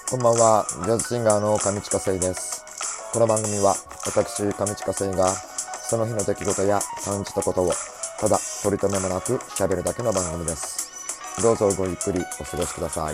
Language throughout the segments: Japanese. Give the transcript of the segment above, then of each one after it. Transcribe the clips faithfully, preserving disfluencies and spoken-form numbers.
こんばんは、ジャズシンガーの上地下生です。この番組は私上地下生がその日の出来事や感じたことをただ取り留めもなく喋るだけの番組です。どうぞごゆっくりお過ごしください。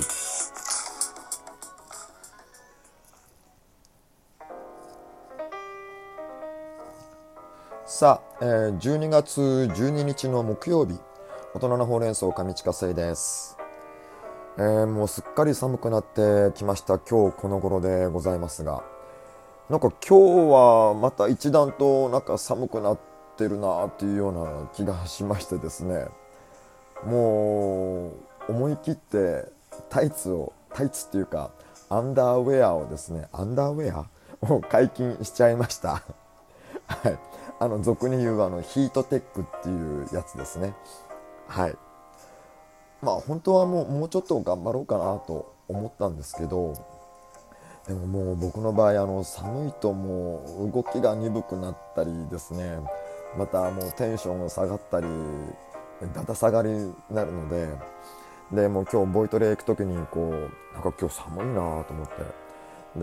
さあ、えー、じゅうにがつじゅうににちの木曜日、大人のほうれん草上地下生です。えー、もうすっかり寒くなってきました今日この頃でございますが、なんか今日はまた一段となんか寒くなってるなっていうような気がしましてですね、もう思い切ってタイツをタイツっていうかアンダーウェアをですねアンダーウェアを解禁しちゃいましたはい、あの俗に言うあのヒートテックっていうやつですね。はい。まあ本当はもうもうちょっと頑張ろうかなと思ったんですけど、でももう僕の場合あの寒いともう動きが鈍くなったりですね、またもうテンションが下がったりだだ下がりになるので、でもう今日ボイトレ行く時にこうなんか今日寒いなと思って、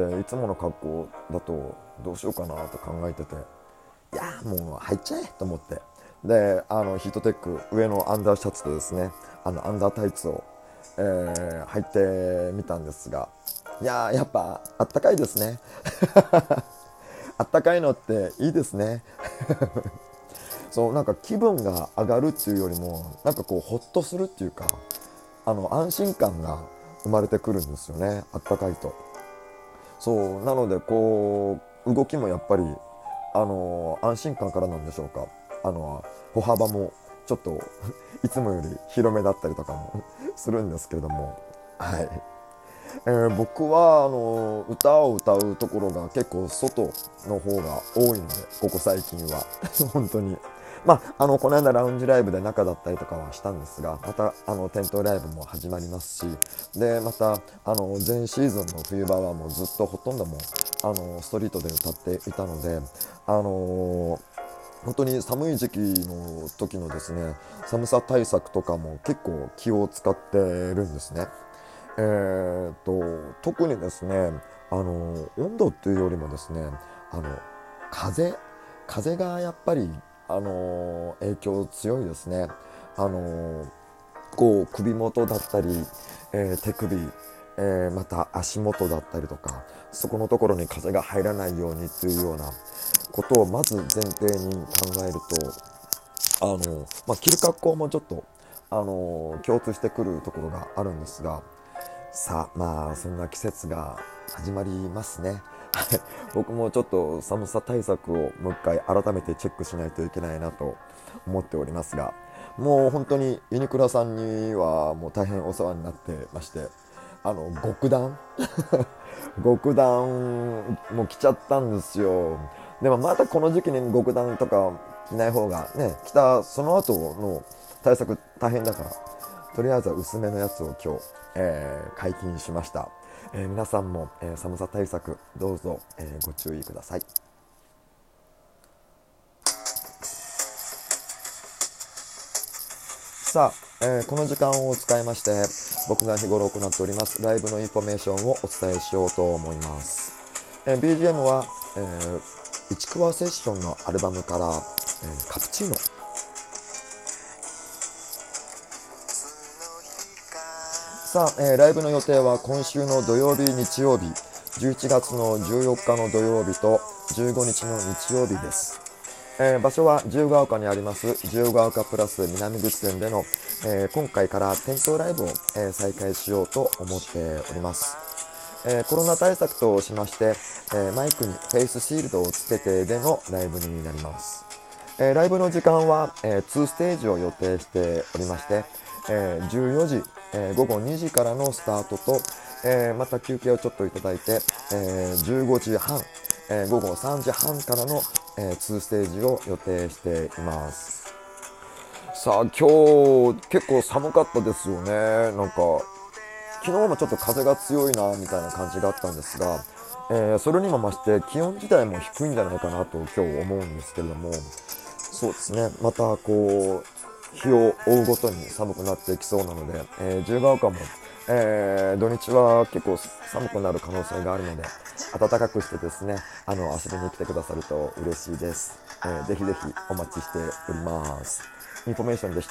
でいつもの格好だとどうしようかなと考えてて、いやもう入っちゃえと思って、であのヒートテック上のアンダーシャツとですねあのアンダータイツを、えー、履いてみたんですが、いやーやっぱあったかいですねあったかいのっていいですねそうなんか気分が上がるっていうよりもなんかこうホッとするっていうか、あの安心感が生まれてくるんですよね、あったかいと。そうなのでこう動きもやっぱりあの安心感からなんでしょうか、あの歩幅もちょっといつもより広めだったりとかもするんですけれども、はい。えー僕はあの歌を歌うところが結構外の方が多いので、ここ最近は本当に、まあ、あのこの間ラウンジライブで中だったりとかはしたんですが、またあの店頭ライブも始まりますし、でまたあの前シーズンの冬場はもうずっとほとんどもうあのストリートで歌っていたので、あの本当に寒い時期の時のですね寒さ対策とかも結構気を使ってるんですね。えー、と特にですねあの温度っていうよりもですねあの風風がやっぱりあの影響強いですね。あのこう首元だったり、えー手首、えーまた足元だったりとか、そこのところに風が入らないようにっていうようなことをまず前提に考えると、あの、まあ、着る格好もちょっとあの共通してくるところがあるんですが、さあまあそんな季節が始まりますね。はい、僕もちょっと寒さ対策をもう一回改めてチェックしないといけないなと思っておりますが、もう本当にユニクロさんにはもう大変お世話になってまして、あの極暖極暖も来ちゃったんですよ。でもまたこの時期に極暖とか着ない方がね、着たその後の対策大変だから、とりあえずは薄めのやつを今日、えー解禁しました。えー皆さんも、えー寒さ対策どうぞ、えーご注意ください。さあ、えーこの時間を使いまして僕が日頃行っておりますライブのインフォメーションをお伝えしようと思います。えー ビージーエム は、えー、市桑セッションのアルバムから、えーカプチーノ。さあ、えーライブの予定は今週の土曜日日曜日、じゅういちがつのじゅうよっかの土曜日とじゅうごにちの日曜日です。えー場所は自由が丘にあります自由が丘プラス南口店での、えー今回から店頭ライブを、えー再開しようと思っております。えーコロナ対策としまして、えーマイクにフェイスシールドをつけてでのライブになります。えーライブの時間は、えー、にステージを予定しておりまして、えーじゅうよじ、えー午後にじからのスタートと、えーまた休憩をちょっといただいて、えーじゅうごじはん、えー午後さんじはんからの、えーにステージを予定しています。さあ今日結構寒かったですよね。なんか昨日もちょっと風が強いなみたいな感じがあったんですが、えーそれにも増して気温自体も低いんじゃないかなと今日思うんですけれども、そうですね、またこう日を追うごとに寒くなっていきそうなので、えー、自由が丘もえー土日は結構寒くなる可能性があるので、暖かくしてですね、あの遊びに来てくださると嬉しいです。えーぜひぜひお待ちしております。インフォメーションでした。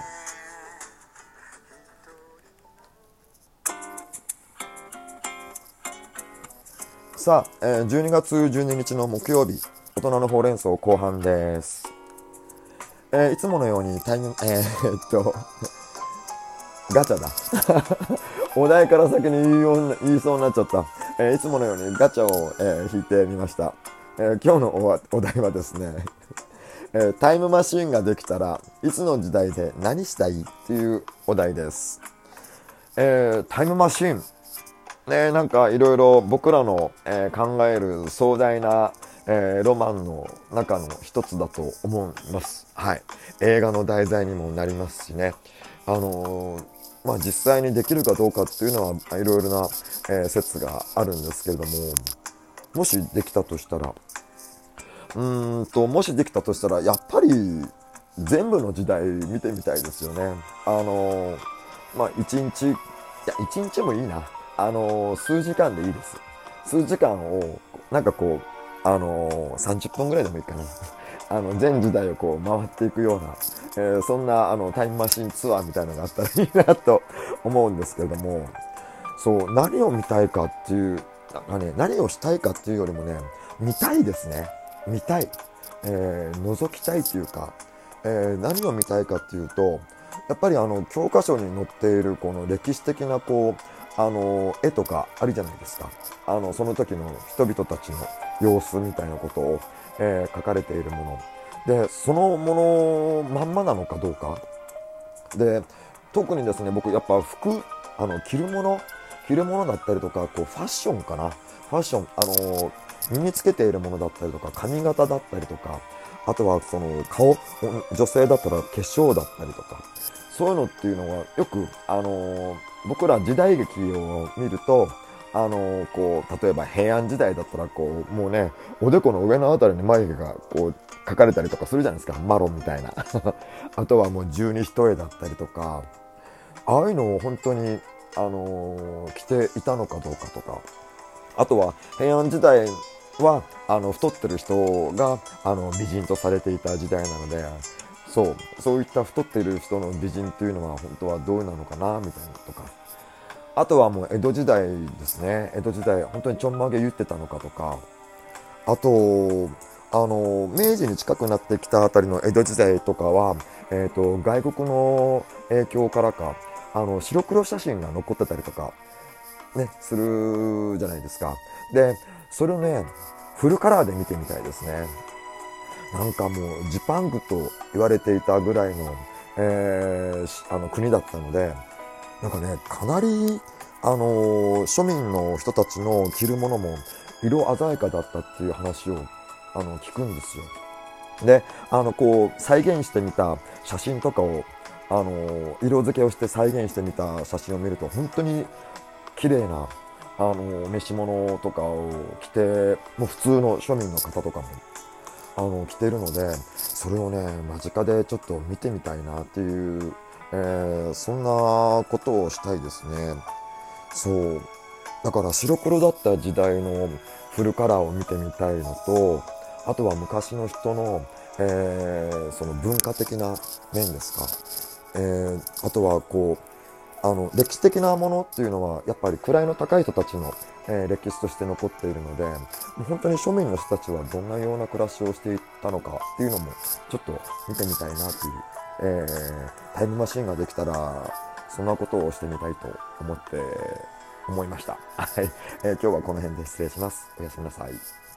さあ、えーじゅうにがつじゅうににちの木曜日、大人のほうれん草後半です。えーいつものようにタイム、えーっと、ガチャだ。お題から先に言いような言いそうになっちゃった。えーいつものようにガチャを、えー引いてみました。えー今日のおお題はですね、えータイムマシーンができたらいつの時代で何したいっていうお題です。えータイムマシーン。ね、なんかいろいろ僕らの、えー考える壮大な、えーロマンの中の一つだと思います。はい。映画の題材にもなりますしね。あのーまあ実際にできるかどうかっていうのはいろいろな、えー説があるんですけれども、もしできたとしたら、うーんと、もしできたとしたら、やっぱり全部の時代見てみたいですよね。あのーまあ一日、いや一日もいいな。あのー数時間でいいです。数時間を、なんかこう、あのーさんじゅっぷんぐらいでもいいかな。あの、全時代をこう回っていくような、えーそんなあのタイムマシンツアーみたいなのがあったらいいなと思うんですけれども、そう、何を見たいかっていう、なんかね、何をしたいかっていうよりもね、見たいですね。見たい。えー覗きたいっていうか、えー何を見たいかっていうと、やっぱりあの、教科書に載っているこの歴史的なこう、あの、絵とかあるじゃないですか。あの、その時の人々たちの様子みたいなことを、えー書かれているもの。で、そのものまんまなのかどうか。で、特にですね、僕やっぱ服、あの、着るもの、着るものだったりとか、こう、ファッションかな。ファッション、あのー身につけているものだったりとか、髪型だったりとか、あとはその顔、女性だったら化粧だったりとか、そういうのっていうのはよく、あのー僕ら時代劇を見ると、あのーこう、例えば平安時代だったら、こう、もうね、おでこの上のあたりに眉毛がこう、描かれたりとかするじゃないですか。マロンみたいな。あとはもう十二単だったりとか、ああいうのを本当に、あのー着ていたのかどうかとか、あとは平安時代はあの太ってる人があの美人とされていた時代なので、そうそういった太っている人の美人っていうのは本当はどうなのかなみたいなとか、あとはもう江戸時代ですね。江戸時代本当にちょんまげ言ってたのかとか、あとあの明治に近くなってきたあたりの江戸時代とかは、えー、と外国の影響からか、あの白黒写真が残ってたりとかね、するじゃないですか。で、それをね、フルカラーで見てみたいですね。なんかもうジパングと言われていたぐらいの、えーしあの国だったので、なんかね、かなり、あのー庶民の人たちの着るものも色鮮やかだったっていう話を、あの、聞くんですよ。で、あの、こう、再現してみた写真とかを、あのー色付けをして再現してみた写真を見ると、本当に綺麗な、あの、召し物とかを着て、もう普通の庶民の方とかも、あの、着てるので、それをね、間近でちょっと見てみたいなっていう、えーそんなことをしたいですね。そう。だから白黒だった時代のフルカラーを見てみたいのと、あとは昔の人の、えーその文化的な面ですか。えーあとはこう、あの歴史的なものっていうのはやっぱり位の高い人たちの、えー歴史として残っているので、もう本当に庶民の人たちはどんなような暮らしをしていたのかっていうのもちょっと見てみたいなっていう、えータイムマシンができたらそんなことをしてみたいと思って思いました。はい、えー今日はこの辺で失礼します。おやすみなさい。